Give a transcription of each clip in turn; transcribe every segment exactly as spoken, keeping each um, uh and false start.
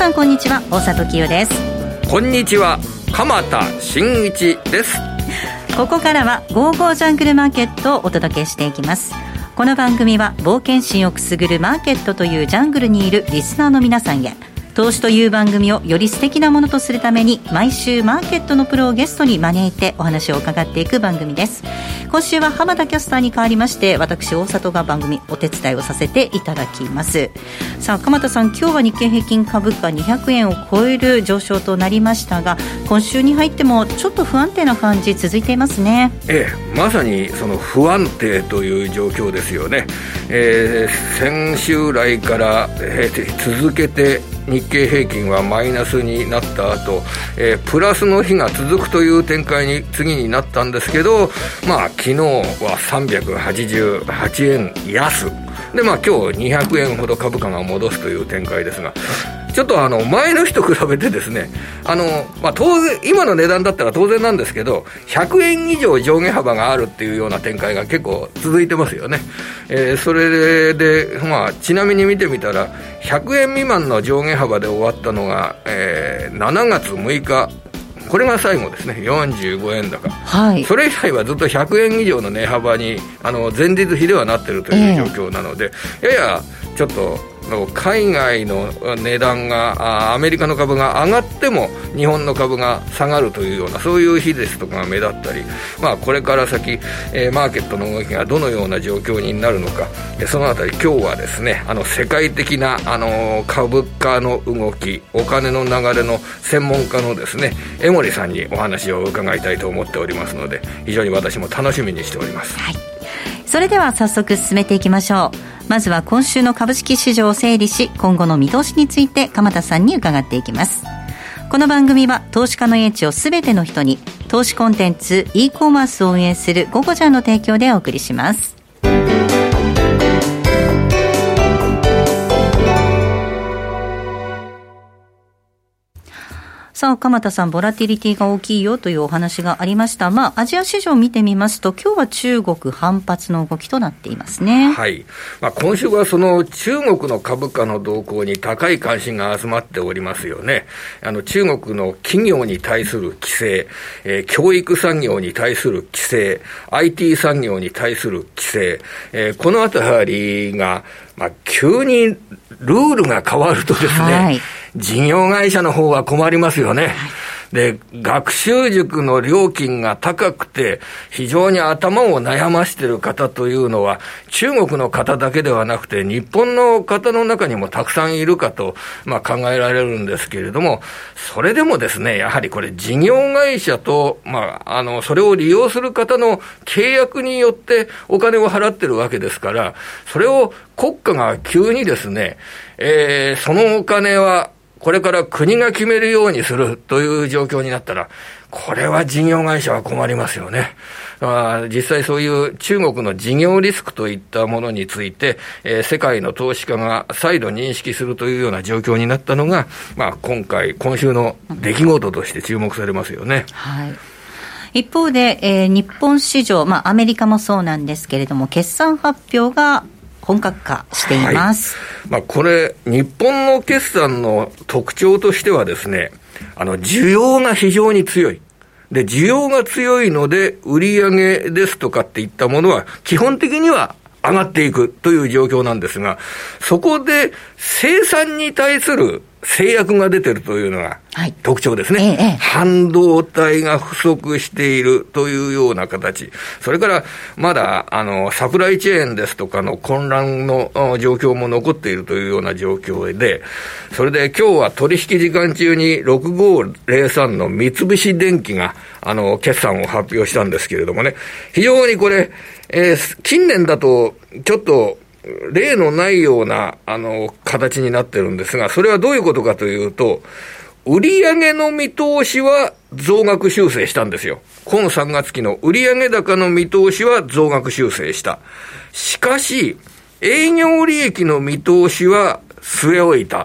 さんこんにちは、大里清です。 こんにちは、鎌田新一です。 ここからはゴーゴージャングルマーケットをお届けしていきます。この番組は冒険心をくすぐるマーケットというジャングルにいるリスナーの皆さんへ、投資という番組をより素敵なものとするために毎週マーケットのプロをゲストに招いてお話を伺っていく番組です。今週は浜田キャスターに代わりまして私大里が番組お手伝いをさせていただきます。さあ鎌田さん、今日は日経平均株価にひゃくえんを超える上昇となりましたが、今週に入ってもちょっと不安定な感じ続いていますね。 ええ、まさにその不安定という状況ですよね。えー、先週来から、えー、続けて日経平均はマイナスになった後、えー、プラスの日が続くという展開に次になったんですけど、まあ昨日はさんびゃくはちじゅうはちえん安で、まあ今日にひゃくえんほど株価が戻すという展開ですが、ちょっとあの前の日と比べてですね、あの、まあ、当然今の値段だったら当然なんですけど、ひゃくえん以上上下幅があるっていうような展開が結構続いてますよね。えー、それで、まあ、ちなみに見てみたらひゃくえん未満の上下幅で終わったのが、えー、しちがつむいか、これが最後ですね。よんじゅうごえん高、はい、それ以来はずっとひゃくえん以上の値幅にあの前日比ではなっているという状況なので、えー、ややちょっと海外の値段がアメリカの株が上がっても日本の株が下がるというような、そういう日ですとかが目立ったり、まあ、これから先、えー、マーケットの動きがどのような状況になるのか、そのあたり今日はですね、あの世界的なあの株価の動き、お金の流れの専門家のですね江守さんにお話を伺いたいと思っておりますので、非常に私も楽しみにしております。 はい、それでは早速進めていきましょう。まずは今週の株式市場を整理し、今後の見通しについて鎌田さんに伺っていきます。この番組は投資家の英知をすべての人に、投資コンテンツ e コマースを運営するゴゴジャンの提供でお送りします。さあ鎌田さん、ボラティリティが大きいよというお話がありました。まあ、アジア市場を見てみますと、今日は中国反発の動きとなっていますね。 はい、まあ、今週はその中国の株価の動向に高い関心が集まっておりますよね。あの中国の企業に対する規制、えー、教育産業に対する規制、 アイティー 産業に対する規制、えー、このあたりが、まあ、急にルールが変わるとですね、はい、事業会社の方は困りますよね。はい、で、学習塾の料金が高くて非常に頭を悩ましている方というのは中国の方だけではなくて日本の方の中にもたくさんいるかと、まあ、考えられるんですけれども、それでもですね、やはりこれ事業会社と、まあ、あのそれを利用する方の契約によってお金を払ってるわけですから、それを国家が急にですね、えー、そのお金はこれから国が決めるようにするという状況になったら、これは事業会社は困りますよね。あ、実際そういう中国の事業リスクといったものについて、えー、世界の投資家が再度認識するというような状況になったのが、まあ、今回今週の出来事として注目されますよね。 はい、一方で、えー、日本市場、まあ、アメリカもそうなんですけれども、決算発表が本格化しています。 はい、まあ、これ日本の決算の特徴としてはですね、あの需要が非常に強い。で、需要が強いので売上ですとかっていったものは基本的には上がっていくという状況なんですが、そこで生産に対する制約が出ているというのが特徴ですね。はい、ええ、半導体が不足しているというような形。それからまだあのサプライチェーンですとかの混乱の状況も残っているというような状況で、それで今日は取引時間中にろくごーぜろさんの三菱電機があの決算を発表したんですけれどもね、非常にこれ、えー、近年だとちょっと例のないようなあの形になってるんですが、それはどういうことかというと、売上の見通しは増額修正したんですよ。今さんがつ期の売上高の見通しは増額修正した。しかし営業利益の見通しは据え置いた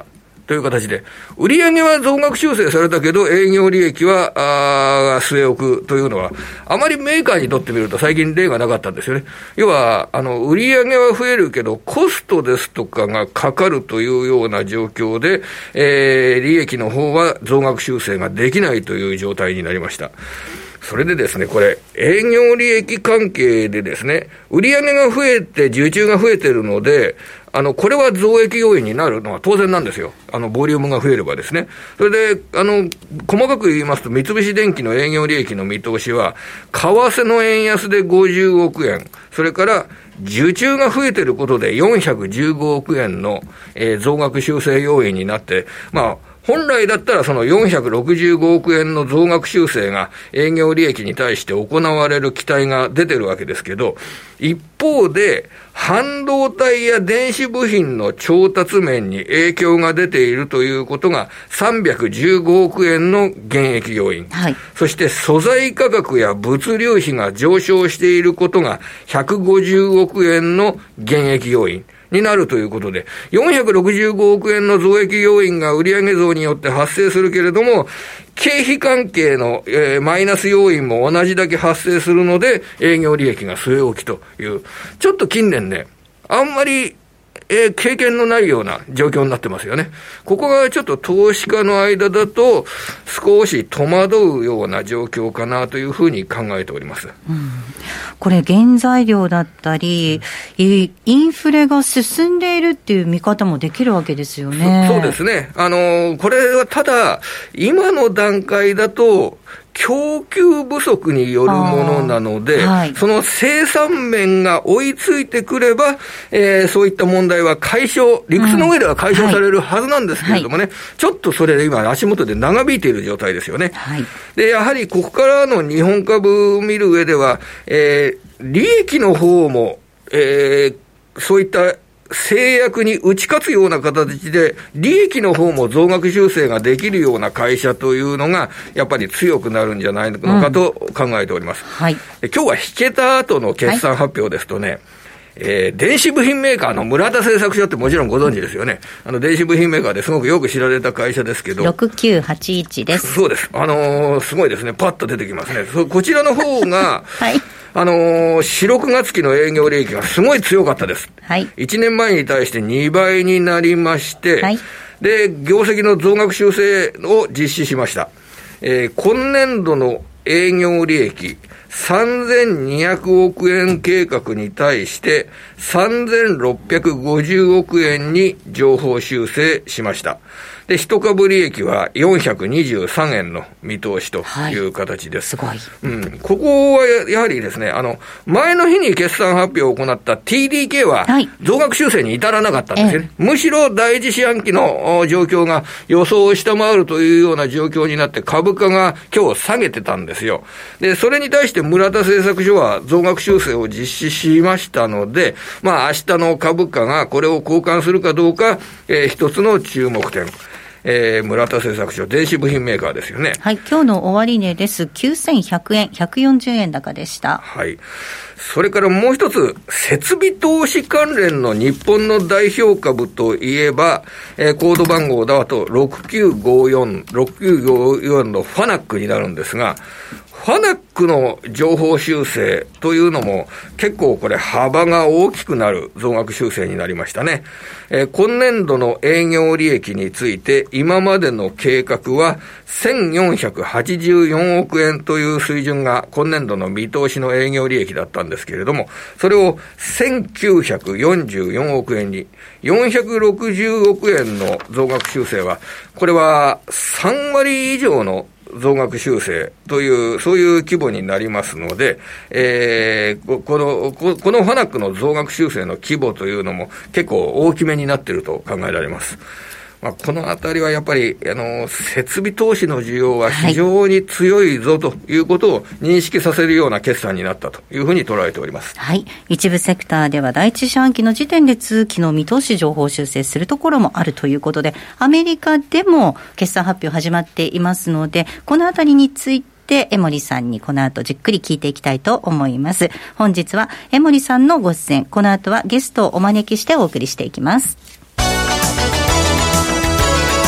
という形で、売上は増額修正されたけど、営業利益は、あ据え置くというのは、あまりメーカーにとってみると最近例がなかったんですよね。要は、あの、売上は増えるけど、コストですとかがかかるというような状況で、えー、利益の方は増額修正ができないという状態になりました。それでですね、これ、営業利益関係でですね、売上が増えて、受注が増えてるので、あの、これは増益要因になるのは当然なんですよ。あの、ボリュームが増えればですね。それで、あの、細かく言いますと、三菱電機の営業利益の見通しは、為替の円安でごじゅうおくえん、それから、受注が増えていることでよんひゃくじゅうごおくえんの、えー、増額修正要因になって、まあ、本来だったらそのよんひゃくろくじゅうごおくえんの増額修正が営業利益に対して行われる期待が出てるわけですけど、一方で半導体や電子部品の調達面に影響が出ているということがさんびゃくじゅうごおくえんの減益要因、はい、そして素材価格や物流費が上昇していることがひゃくごじゅうおくえんの減益要因になるということで、よんひゃくろくじゅうごおくえんの増益要因が売上増によって発生するけれども、経費関係の、えー、マイナス要因も同じだけ発生するので、営業利益が据え置きという、ちょっと近年ね、あんまり、えー、経験のないような状況になってますよね。ここがちょっと投資家の間だと少し戸惑うような状況かなというふうに考えております。 うん、これ原材料だったり、インフレが進んでいるっていう見方もできるわけですよね。 そ、そうですね。あの、これはただ今の段階だと供給不足によるものなので、はい、その生産面が追いついてくれば、えー、そういった問題は解消、理屈の上では解消されるはずなんですけれどもね、はいはい、ちょっとそれで今足元で長引いている状態ですよね。はい、で、やはりここからの日本株を見る上では、えー、利益の方も、えー、そういった制約に打ち勝つような形で、利益の方も増額修正ができるような会社というのが、やっぱり強くなるんじゃないのかと考えております。うんはい、今日は引けた後の決算発表ですとね、はいえー、電子部品メーカーの村田製作所ってもちろんご存知ですよね。あの電子部品メーカーですごくよく知られた会社ですけど。 ろくきゅうはちいちです。 そうです。あのー、すごいですね。パッと出てきますね。そこちらの方が、はい。あのー、し、ろくがつ期の営業利益がすごい強かったです。はい。いちねんまえに対してにばいになりまして、はい。で、業績の増額修正を実施しました。えー、今年度の営業利益、さんぜんにひゃくおくえん計画に対してさんぜんろっぴゃくごじゅうおくえんに上方修正しました。で、一株利益はよんひゃくにじゅうさんえんの見通しという形です。 はい、すごい。 うん。ここはやはりですね、あの、前の日に決算発表を行った ティーディーケー は増額修正に至らなかったんですよね。はい、むしろ第一四半期の状況が予想を下回るというような状況になって株価が今日下げてたんですよ。で、それに対して村田製作所は増額修正を実施しましたので、まあ明日の株価がこれを交換するかどうか、えー、一つの注目点。えー、村田製作所、電子部品メーカーですよね。 はい、今日の終値です。きゅうせんひゃくえん、ひゃくよんじゅうえん高でした。 はい。それからもう一つ、設備投資関連の日本の代表株といえば、えー、コード番号だとろくきゅうごよん、ろくきゅうごよんのファナックになるんですが、ファナックの情報修正というのも結構これ幅が大きくなる増額修正になりましたね。えー、今年度の営業利益について今までの計画はせんよんひゃくはちじゅうよんおくえんという水準が今年度の見通しの営業利益だったんですけれども、それをせんきゅうひゃくよんじゅうよんおくえんによんひゃくろくじゅうおくえんの増額修正は、これはさんわり以上の増額修正という、そういう規模になりますので、えー、この、このファナックの増額修正の規模というのも結構大きめになっていると考えられます。まあ、このあたりはやっぱり、あの、設備投資の需要は非常に強いぞということを認識させるような決算になったというふうに捉えております。 はい。一部セクターでは第一四半期の時点で通期の見通し情報修正するところもあるということで、アメリカでも決算発表始まっていますので、このあたりについてで、江森さんにこの後じっくり聞いていきたいと思います。本日は江森さんのご出演、この後はゲストをお招きしてお送りしていきます。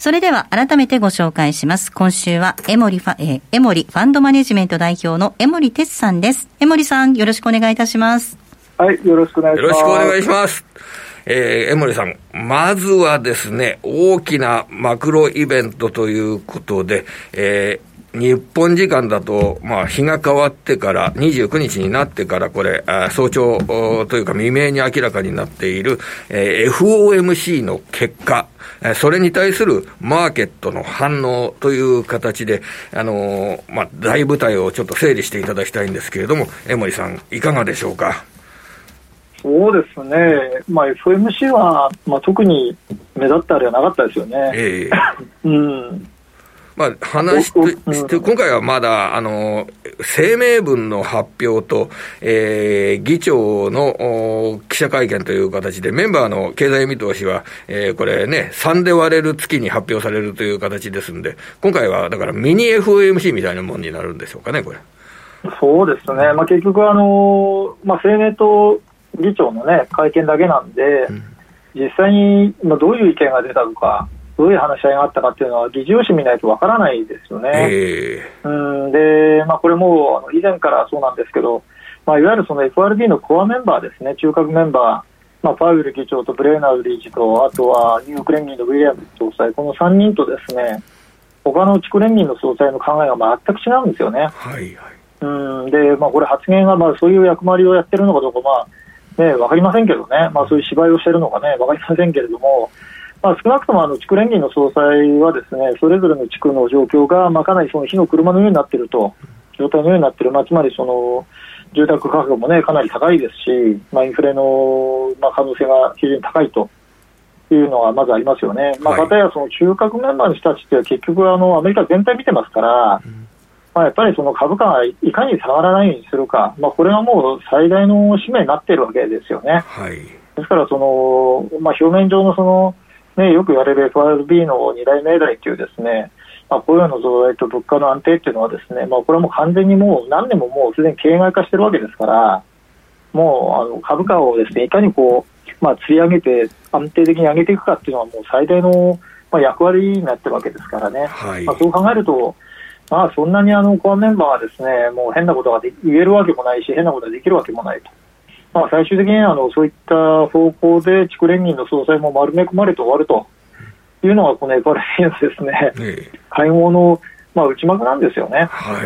それでは改めてご紹介します。今週はエモリファ、えー、エモリファンドマネジメント代表の江守哲さんです。江守さん、よろしくお願いいたします。 はい、よろしくお願いします。 よろしくお願いします。えー、江守さん、まずはですね、大きなマクロイベントということで、えー、日本時間だと、まあ、日が変わってから、にじゅうくにちになってから、これ、早朝というか未明に明らかになっている、えー、エフオーエムシー の結果、それに対するマーケットの反応という形で、あのー、まあ、大舞台をちょっと整理していただきたいんですけれども、江守さん、いかがでしょうか。 そうですね、まあ、エフオーエムシー は、まあ、特に目立ったあれはなかったですよね。 えーうんまあ、話として、今回はまだ、あの、声明文の発表と、えー、議長の記者会見という形で、メンバーの経済見通しは、えー、これね、さんで割れる月に発表されるという形ですんで、今回はだからミニ エフオーエムシー みたいなものになるんでしょうかね、これ。 そうですね、まあ、結局、あの、まあ、声明と議長のね、会見だけなんで、うん、実際に、まあ、どういう意見が出たのか、どういう話し合いがあったかっていうのは議事要旨見ないとわからないですよね。 えー、 うんで、まあ、これもあの以前からそうなんですけど、まあ、いわゆるその エフアールビー のコアメンバーですね、中核メンバー、まあ、パウエル議長とブレーナード理事と、あとはニューヨーク連銀のウィリアムズ総裁、このさんにんとですね、他の地区連銀の総裁の考えが全く違うんですよね。 はいはい、 うんで、まあ、これ発言がまあそういう役割をやってるのかどうか、まあね、分かりませんけどね、まあ、そういう芝居をしてるのかね、分かりませんけれども、まあ、少なくともあの地区連銀の総裁はですね、それぞれの地区の状況がまあかなりその火の車のようになっていると、状態のようになっている、まあ、つまりその住宅価格も、ね、かなり高いですし、まあ、インフレのまあ可能性が非常に高いというのはまずありますよね。まあ、かたやその中核メンバーの人たちって結局あのアメリカ全体見てますから、まあ、やっぱりその株価がいかに下がらないようにするか、まあ、これがもう最大の使命になっているわけですよね。 はい、 ですからその、まあ、表面上のそのね、よく言われる エフアールビー のに大命題というですね、まあ、雇用の増大と物価の安定というのはですね、まあ、これはもう完全にもう何年ももうすでに形骸化しているわけですから、もうあの株価をですね、いかにこう、まあ、釣り上げて安定的に上げていくかというのはもう最大の、まあ、役割になっているわけですからね。 はい、 まあ、そう考えると、まあ、そんなにあのコアメンバーはですね、もう変なことがで言えるわけもないし、変なことができるわけもないと。まあ、最終的にあのそういった方向で地区連銀の総裁も丸め込まれて終わるというのがこの エフアールビー のですね、ええ、会合の、まあ、内幕なんですよね。 はい、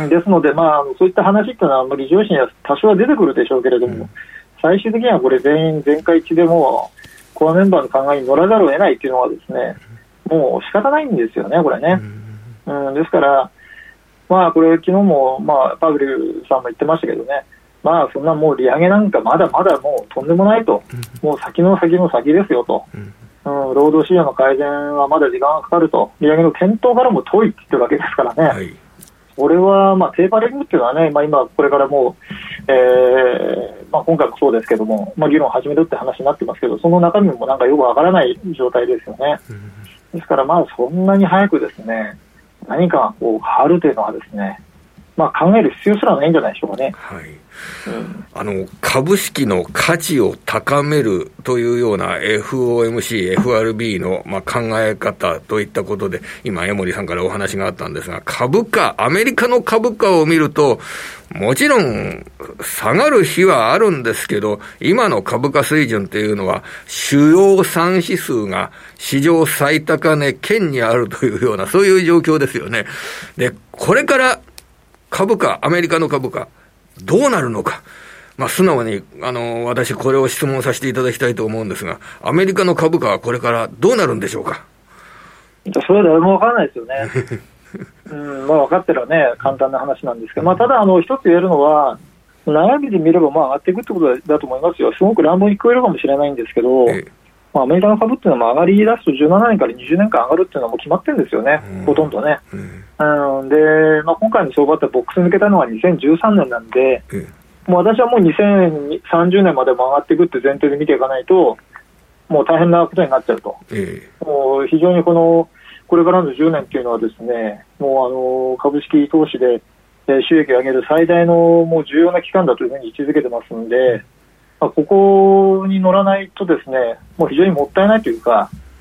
ですので、まあ、そういった話っていうのは議事要旨には多少は出てくるでしょうけれども、うん、最終的にはこれ全員全会一致でもコアメンバーの考えに乗らざるを得ないというのはですね、もう仕方ないんですよね、これね。うん、うん、ですから、まあ、これ昨日も、まあ、パウエルさんも言ってましたけどね、まあ、そんなもう利上げなんかまだまだもうとんでもないと、うん、もう先の先の先ですよと、うんうん、労働市場の改善はまだ時間がかかると、利上げの検討からも遠いって言ってるわけですからね、はい、これはまあテーパリングっていうのはね、まあ、今これからもう、えーまあ、今回もそうですけども、まあ、議論を始めるって話になってますけど、その中身もなんかよくわからない状態ですよね。うん、ですからまあそんなに早くですね、何かこう変わるというのはですね、まあ、考える必要すらないんじゃないでしょうかね。 はい、うん、あの株式の価値を高めるというような エフオーエムシー、エフアールビー のまあ考え方といったことで、今江守さんからお話があったんですが、株価、アメリカの株価を見ると、もちろん下がる日はあるんですけど、今の株価水準というのは主要さん指数が史上最高値圏にあるというような、そういう状況ですよね。で、これから株価、アメリカの株価どうなるのか、まあ、素直にあの私これを質問させていただきたいと思うんですが、アメリカの株価はこれからどうなるんでしょうか。 それは誰も分からないですよね。うんまあ、分かってるらね簡単な話なんですけど、まあ、ただあの一つ言えるのは、長い目で見ればまあ上がっていくってことだと思いますよ。すごく乱暴に聞こえるかもしれないんですけど、ええまあ、アメリカの株っていうのは上がり出すとじゅうななねんからにじゅうねんかん上がるっていうのはもう決まってるんですよね、うん、ほとんどね、うんうん、で、まあ、今回の相場ってボックス抜けたのはにせんじゅうさんねんなんで、うん、もう私はもうにせんさんじゅうねんまでも上がっていくって前提で見ていかないともう大変なことになっちゃうと、ええ、もう非常にこのこれからのじゅうねんっていうのはですね、もうあの株式投資で収益を上げる最大のもう重要な期間だというふうに位置づけてますので、まあ、ここに乗らないとですね、もう非常にもったいないというか、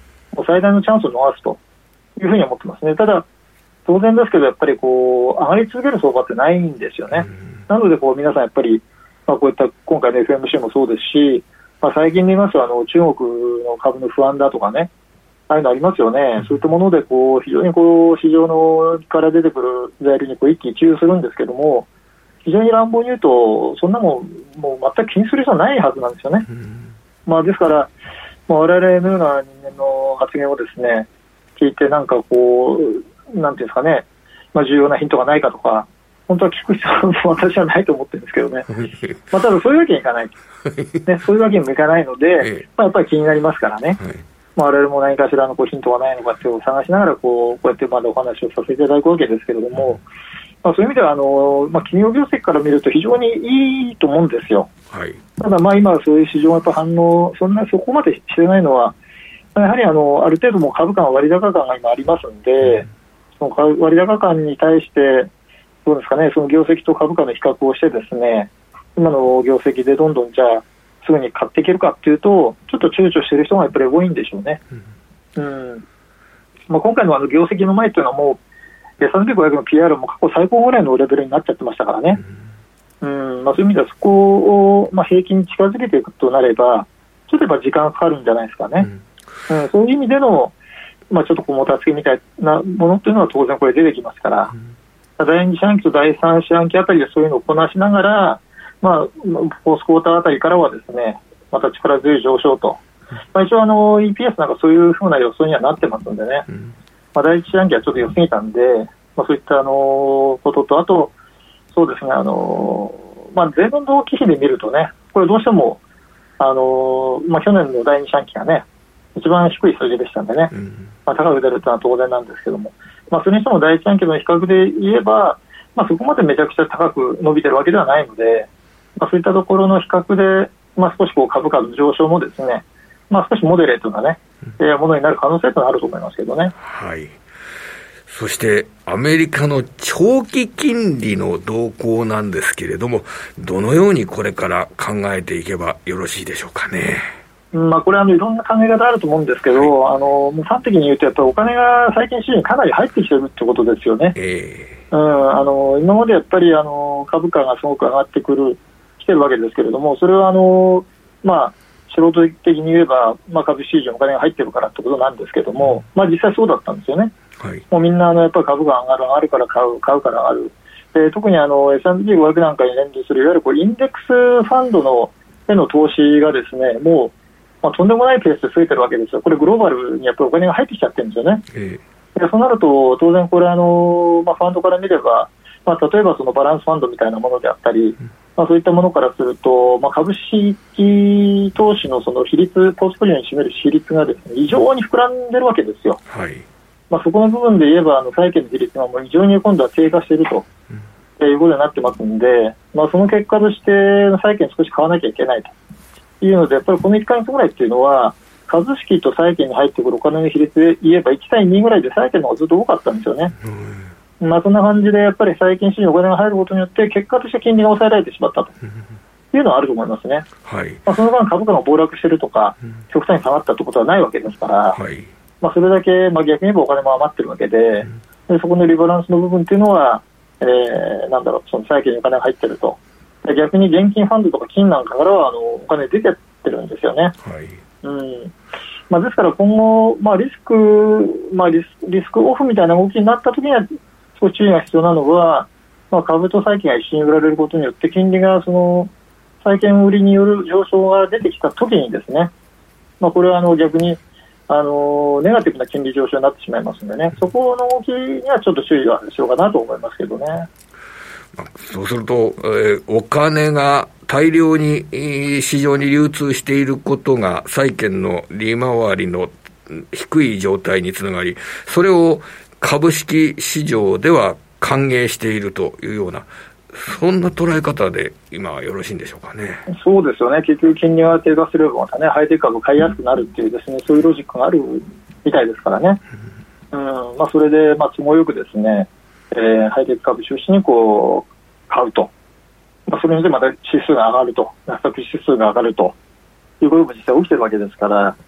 最大のチャンスを逃すというふうに思ってますね。ただ当然ですけどやっぱりこう上がり続ける相場ってないんですよね。なのでこう皆さんやっぱり、まあ、こういった今回の エフエムシー もそうですし、まあ、最近で言いますとあの中国の株の不安だとかね、ああいうのありますよね。そういったものでこう非常にこう市場のから出てくる材料にこう一喜一憂するんですけども、非常に乱暴に言うとそんなもんもう全く気にする必要ないはずなんですよね。まあ、ですから、まあ、我々のような人間の発言をですね聞いてなんかこうなんていうんですかね、まあ、重要なヒントがないかとか本当は聞く必要も私はないと思ってるんですけどねまあただそういうわけにいかない、ね、そういうわけにもいかないので、まあ、やっぱり気になりますからね、まあ、我々も何かしらのこうヒントがないのかっていうのを探しながらこうこうやってまだお話をさせていただくわけですけれども、まあ、そういう意味ではあの、まあ、企業業績から見ると非常にいいと思うんですよ、はい、ただまあ今はそういう市場がやっぱ反応そんなそこまでしてないのはやはりあのある程度も株価の割高感が今ありますので、うん、その割高感に対してどうですかね、その業績と株価の比較をしてですね今の業績でどんどんじゃあすぐに買っていけるかっていうとちょっと躊躇している人がやっぱり多いんでしょうね、うんうんまあ、今回のあの業績の前というのはもう エスアンドピーごひゃく の ピーアール も過去最高ぐらいのレベルになっちゃってましたからね、うんうんまあ、そういう意味ではそこを、まあ、平均に近づけていくとなればちょっとやっぱ時間がかかるんじゃないですかね、うんうん、そういう意味での、まあ、ちょっとこうもたつきみたいなものというのは当然これ出てきますから、うん、だいに四半期とだいさん四半期あたりでそういうのをこなしながら、まあ、フォースクォーターあたりからはですねまた力強い上昇と、まあ、一応あの イーピーエス なんかそういうふうな予想にはなってますんでね、うんまあ、だいいち四半期はちょっと良すぎたんで、まあ、そういったあのこととあとそうですねあの、まあ、前年同期比で見るとねこれどうしてもあの、まあ、去年のだいに四半期がね一番低い数字でしたんでね、うんまあ、高く出るというのは当然なんですけども、まあ、それにしてもだいいち四半期の比較で言えば、まあ、そこまでめちゃくちゃ高く伸びてるわけではないので、まあ、そういったところの比較で、まあ、少しこう株価の上昇もですね、まあ、少しモデレートな、ねうん、ものになる可能性というのはあると思いますけどね。 はい。そしてアメリカの長期金利の動向なんですけれどもどのようにこれから考えていけばよろしいでしょうかね。 まあ、これはあのいろんな考え方あると思うんですけど、はい、あのもう端的に言うとやっぱりお金が最近市場にかなり入ってきてるってことですよね、えーうん、あの今までやっぱりあの株価がすごく上がってくる来てるわけですけれどもそれはあの、まあ、素人的に言えば、まあ、株式市場にお金が入ってるからってことなんですけども、うんまあ、実際そうだったんですよね、はい、もうみんなあのやっぱり株が上がる上がるから買う買うから上がるで特にあの エスアンドピーごひゃく なんかに連動するいわゆるこうインデックスファンドのへの投資がですねもうまあ、とんでもないペースで増えてるわけですよ。これグローバルにやっぱりお金が入ってきちゃってるんですよね、えー、でそうなると当然これあの、まあ、ファンドから見れば、まあ、例えばそのバランスファンドみたいなものであったり、うんまあ、そういったものからすると、まあ、株式投資のその比率ポートフォリオに占める比率がですね異常に膨らんでるわけですよ、はいまあ、そこの部分で言えばあの債券の比率がもう異常に今度は低下していると、うん、いうことになってますので、まあ、その結果として債券少し買わなきゃいけないというのでやっぱりこのいっかげつぐらいっていうのは株式と債券に入ってくるお金の比率で言えばいち対にぐらいで債券の方がずっと多かったんですよね、うんまあ、そんな感じでやっぱり債券市場にお金が入ることによって結果として金利が抑えられてしまったというのはあると思いますね、はいまあ、その間株価が暴落しているとか極端に下がったということはないわけですから、はいまあ、それだけ、まあ、逆に言えばお金も余ってるわけで、でそこのリバランスの部分っていうのは、えー、なんだろうその債券にお金が入ってると逆に現金ファンドとか金なんかからはあのお金出てってるんですよね、はいうんまあ、ですから今後、まあ、リスク、まあ、リス、リスクオフみたいな動きになったときには少し注意が必要なのは、まあ、株と債券が一緒に売られることによって金利がその債券売りによる上昇が出てきたときにですね、まあ、これはあの逆にあのネガティブな金利上昇になってしまいますのでねそこの動きにはちょっと注意は必要かなと思いますけどね。 そうすると、えー、お金が大量に市場に流通していることが債券の利回りの低い状態につながりそれを株式市場では歓迎しているというようなそんな捉え方で今はよろしいんでしょうかね。 そうですよね結局金利が低下すればまたねハイテク株買いやすくなるっていうですねそういうロジックがあるみたいですからね、うんうんまあ、それでまあ都合よくですねえー、ハイテク株中心にこう買うと、まあ、それでまた指数が上がるとナスダック指数が上がるということも実際起きてるわけですから、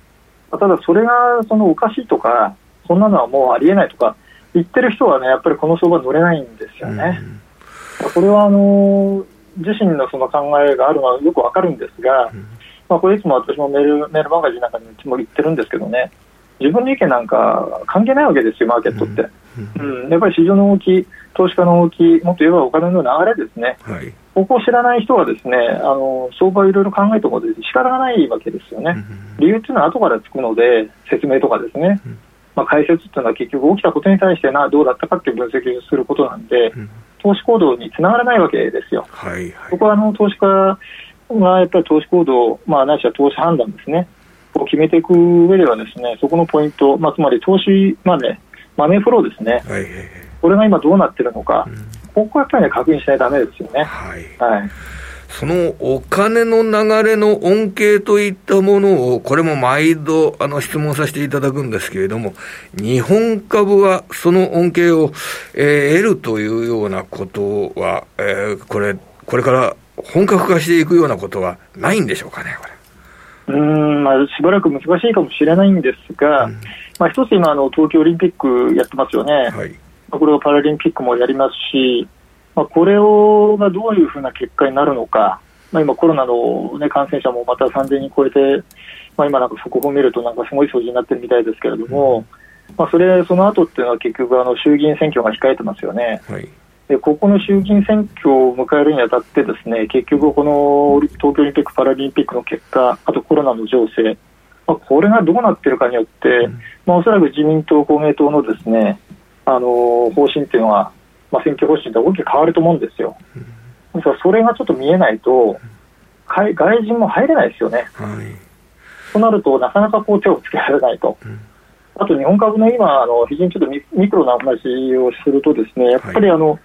ただそれがそのおかしいとか、そんなのはもうありえないとか言ってる人はね、やっぱりこの相場乗れないんですよね。うん、これはあの自身のその考えがあるのはよくわかるんですが、うん、まあ、これいつも私もメール、メールマガジンなんかにいつも言ってるんですけどね、自分の意見なんか関係ないわけですよ、マーケットって。うんうん、やっぱり市場の動き、投資家の動き、もっと言えばお金の流れですね、はい、ここを知らない人はですね、あの相場をいろいろ考えても仕方がないわけですよね。うん、理由っていうのは後からつくので、説明とかですね、うん、まあ、解説っていうのは結局起きたことに対してなどうだったかっていう分析をすることなんで、うん、投資行動につながらないわけですよ。はいはい、ここはあの投資家がやっぱり投資行動、まあ、ないしは投資判断ですね、を決めていく上ではですね、そこのポイント、まあ、つまり投資マネー、マネーフローですね、はいはいはい、これが今どうなっているのか、うん、ここはやっぱり、ね、確認しないとダメですよね。はいはい、 そのお金の流れの恩恵といったものを、これも毎度あの質問させていただくんですけれども、日本株はその恩恵を、えー、得るというようなことは、えー、これ、これから本格化していくようなことはないんでしょうかね、これ。うーん、まあ、しばらく難しいかもしれないんですが、うん、まあ、一つ今あの東京オリンピックやってますよね。はい、これをパラリンピックもやりますし、まあ、これをがどういうふうな結果になるのか、まあ、今コロナの、ね、感染者もまたさんぜんにん超えて、まあ、今なんか速報を見るとなんかすごい数字になってるみたいですけれども、うん、まあ、それその後っていうのは結局あの衆議院選挙が控えてますよね。はい、でここの衆議院選挙を迎えるにあたってですね、結局この東京オリンピック・パラリンピックの結果、あとコロナの情勢、まあ、これがどうなっているかによって、うん、まあ、おそらく自民党、公明党のですね、あのー、方針っていうのは、まあ、選挙方針で大きく変わると思うんですよ。うん、ですからそれがちょっと見えないと、外人も入れないですよね。はい、となるとなかなかこう手をつけられないと。うん、あと日本株の今あの非常にちょっと ミ, ミクロな話をするとですね、やっぱりあの、はい、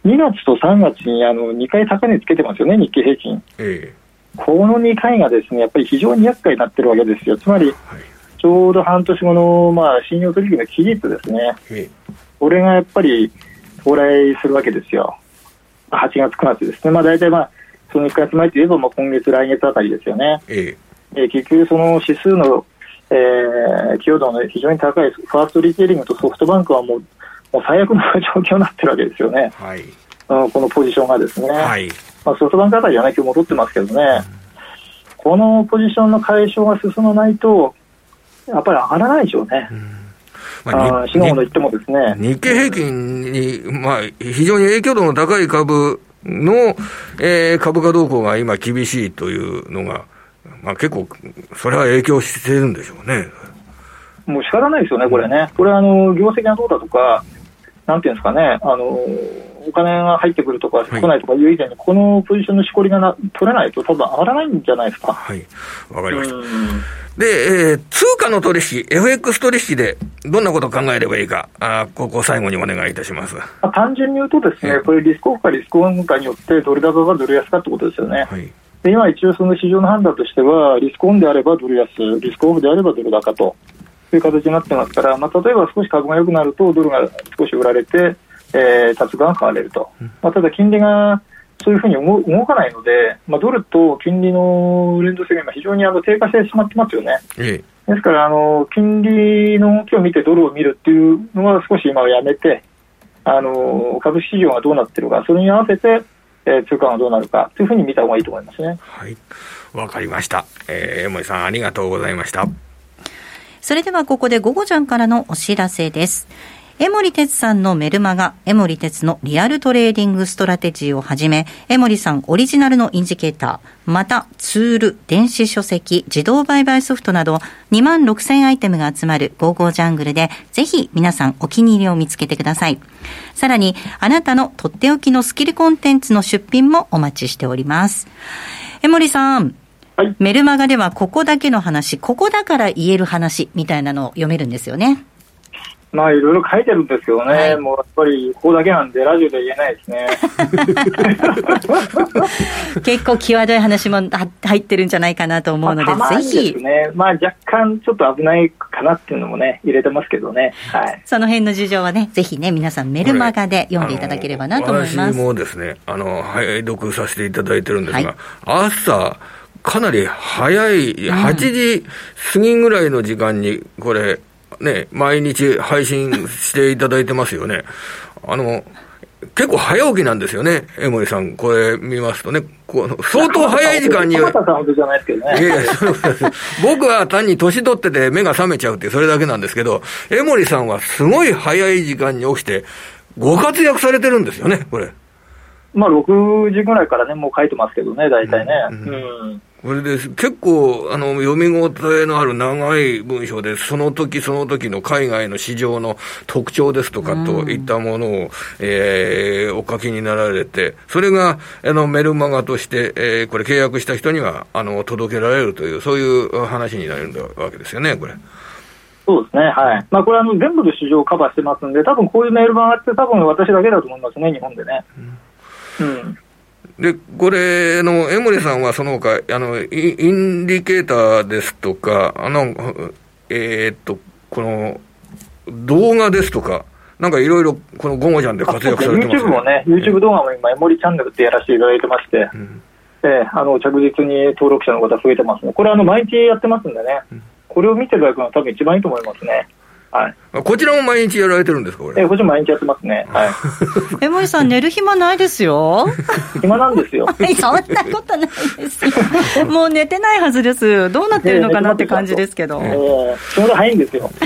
にがつとさんがつにあのにかい高値つけてますよね、日経平均。えー、このにかいがですね、やっぱり非常に厄介になってるわけですよ。つまり、はい、ちょうど半年後の、まあ、信用取引の期日ですね、えー、これがやっぱり到来するわけですよ。はちがつくがつですね、まあ、大体、まあ、そのいっかげつまえといえば、まあ、今月来月あたりですよね。えー、えー、結局その指数の、えー、寄与度の非常に高いファーストリテイリングとソフトバンクはもうもう最悪の状況になってるわけですよね。はい、うん、このポジションがですね、はい、まあ、ソフトバンクあたりはね今日戻ってますけどね、うん、このポジションの解消が進まないとやっぱり上がらないでしょうね。うん、まあ、しのごの言ってもですね、 日経平均に、まあ、非常に影響度の高い株の、えー、株価動向が今厳しいというのが、まあ、結構それは影響しているんでしょうね。 もう仕方ないですよね、これね。これはあの業績がどうだとか、なんていうんですかね、あのお金が入ってくるとか来ないとかいう以前に、はい、このポジションのしこりがな取れないと多分上がらないんじゃないですか。 はい、わかりました。で、えー、通貨の取引、エフエックス 取引でどんなことを考えればいいか、あここ最後にお願いいたします。 あ、単純に言うとですね、これリスクオフかリスクオンかによってドル高かドル安かってことですよね。はい、で今一応その市場の判断としては、リスクオンであればドル安、リスクオフであればドル高という形になってますから、まあ、例えば少し株が良くなるとドルが少し売られて、えー、立つが買われると、まあ、ただ金利がそういうふうに動かないので、まあ、ドルと金利の連動性が今非常にあの低下してしまってますよね。ええ、ですからあの金利の動きを見てドルを見るっていうのは少し今はやめて、あの株式市場がどうなっているか、それに合わせて、えー、通貨がどうなるかというふうに見た方がいいと思いますね。 はい、わかりました。えー、江森さんありがとうございました。 それではここでゴゴちゃんからのお知らせです。江森哲さんのメルマガ、江森哲のリアルトレーディングストラテジーをはじめ、江森さんオリジナルのインジケーター、またツール、電子書籍、自動売買ソフトなどにまんろくせんアイテムが集まるゴーゴージャングルで、ぜひ皆さんお気に入りを見つけてください。さらに、あなたのとっておきのスキルコンテンツの出品もお待ちしております。江森さん、はい、メルマガではここだけの話、ここだから言える話みたいなのを読めるんですよね。 まあいろいろ書いてるんですけどね、はい、もうやっぱりここだけなんでラジオで言えないですね。 結構際どい話も入ってるんじゃないかなと思うので、 まあ、 ぜひですね、まあ若干ちょっと危ないかなっていうのもね入れてますけどね、はい、 その辺の事情はねぜひね皆さんメルマガで読んでいただければなと思います。 私もですねあの拝読させていただいてるんですが、はい、朝かなり早い、はちじ過ぎぐらいの時間に、これ、ね、毎日配信していただいてますよね。あの、結構早起きなんですよね、江森さん。これ見ますとね、この相当早い時間に。 浜田さんほどじゃないですけどね。いやいや、そうです。 僕は単に年取ってて目が覚めちゃうってそれだけなんですけど、江森さんはすごい早い時間に起きて、ご活躍されてるんですよね、これ。 まあ、ろくじぐらいからね、もう書いてますけどね、大体ね。うん。 うんこれで結構あの読み応えのある長い文章でその時その時の海外の市場の特徴ですとかといったものを、うんえー、お書きになられて、それがあのメルマガとして、えー、これ契約した人にはあの届けられるというそういう話になるわけですよね、これ。 そうですね、はい。まあ、これはあの全部の市場をカバーしてますんで、多分こういうメールマガって多分私だけだと思いますね、日本でね。うん、うんで、これの、江森さんはその他、あの、インディケーターですとか、あの、えー、っと、この、動画ですとか、なんかいろいろ、このゴゴジャンで活躍されてますね。 YouTube もね、YouTube 動画も今、江森チャンネルってやらせていただいてまして、うん、えー、あの、着実に登録者の方増えてますね。これあの、毎日やってますんでね、うん、これを見ていただくのは多分一番いいと思いますね。はい、 こちらも毎日やられてるんですか、これ。 えー、こちら毎日やってますね。はい。 江森さん、寝る暇ないですよ。 暇なんですよ。 そんなことないですよ。もう寝てないはずです。どうなってるのかなって感じですけど。 えー、ちょうど早いんですよ。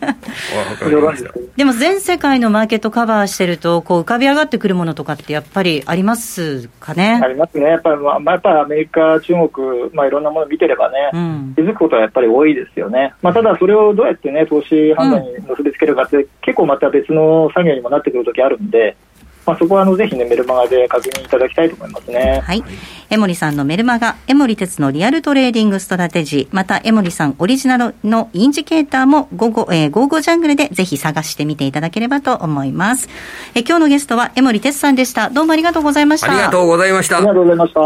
でも全世界のマーケットカバーしてるとこう浮かび上がってくるものとかってやっぱりありますかね。 ありますね。やっぱり、まあ、やっぱりアメリカ、中国、まあ、いろんなものを見てればね、うん、気づくことはやっぱり多いですよね。まあ、ただそれをどうやってね投資判断に結びつけるかって、うん、結構また別の作業にもなってくるときあるんで、まあ、そこはあのぜひねメルマガで確認いただきたいと思いますね。 はい。江森さんのメルマガ、江森哲のリアルトレーディングストラテジー、また江森さんオリジナルのインジケーターも午後、えー、午後ジャングルでぜひ探してみていただければと思います。え今日のゲストは江森哲さんでした。どうもありがとうございました。 ありがとうございました。 ありがとうございました。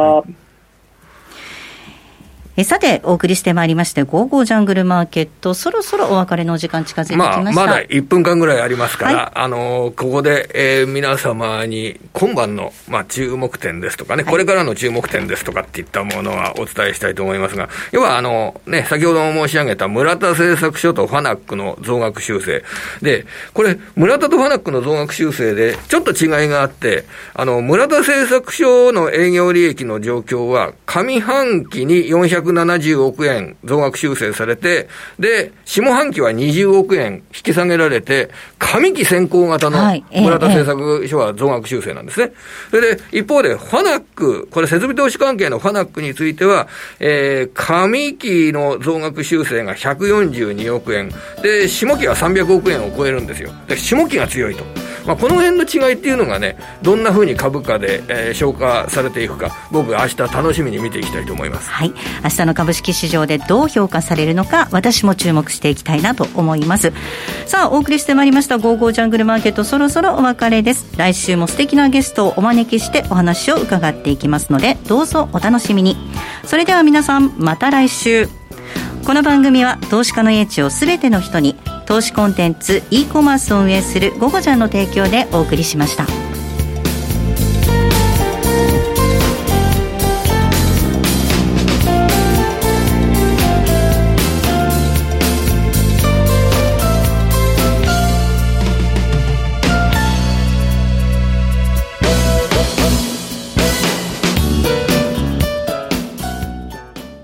えさてお送りしてまいりましてゴーゴージャングルマーケット、そろそろお別れの時間近づいてきました。 まあ、まだいっぷんかんぐらいありますから、はい、あのここで、えー、皆様に今晩の、まあ、注目点ですとかね、はい、これからの注目点ですとかっていったものはお伝えしたいと思いますが、要はあの、ね、先ほども申し上げた村田製作所とファナックの増額修正で、これ村田とファナックの増額修正でちょっと違いがあって、あの村田製作所の営業利益の状況は上半期によんひゃくひゃくななじゅうおくえん増額修正されて、で下半期はにじゅうおくえん引き下げられて、上期先行型の村田製作所は増額修正なんですね、はいええ、それで一方でファナック、これ設備投資関係のファナックについては、えー、上期の増額修正がひゃくよんじゅうにおくえんで、下期はさんびゃくおくえんを超えるんですよ。で下期が強いと、まあ、この辺の違いっていうのがね、どんな風に株価で、えー、消化されていくか、僕は明日楽しみに見ていきたいと思います。 はい、明日の株式市場でどう評価されるのか、私も注目していきたいなと思います。さあお送りしてまいりましたゴーゴージャングルマーケット、そろそろお別れです。来週も素敵なゲストをお招きしてお話を伺っていきますので、どうぞお楽しみに。それでは皆さん、また来週。この番組は投資家の英知をすべての人に、投資コンテンツ e コマースを運営するゴゴジャンの提供でお送りしました。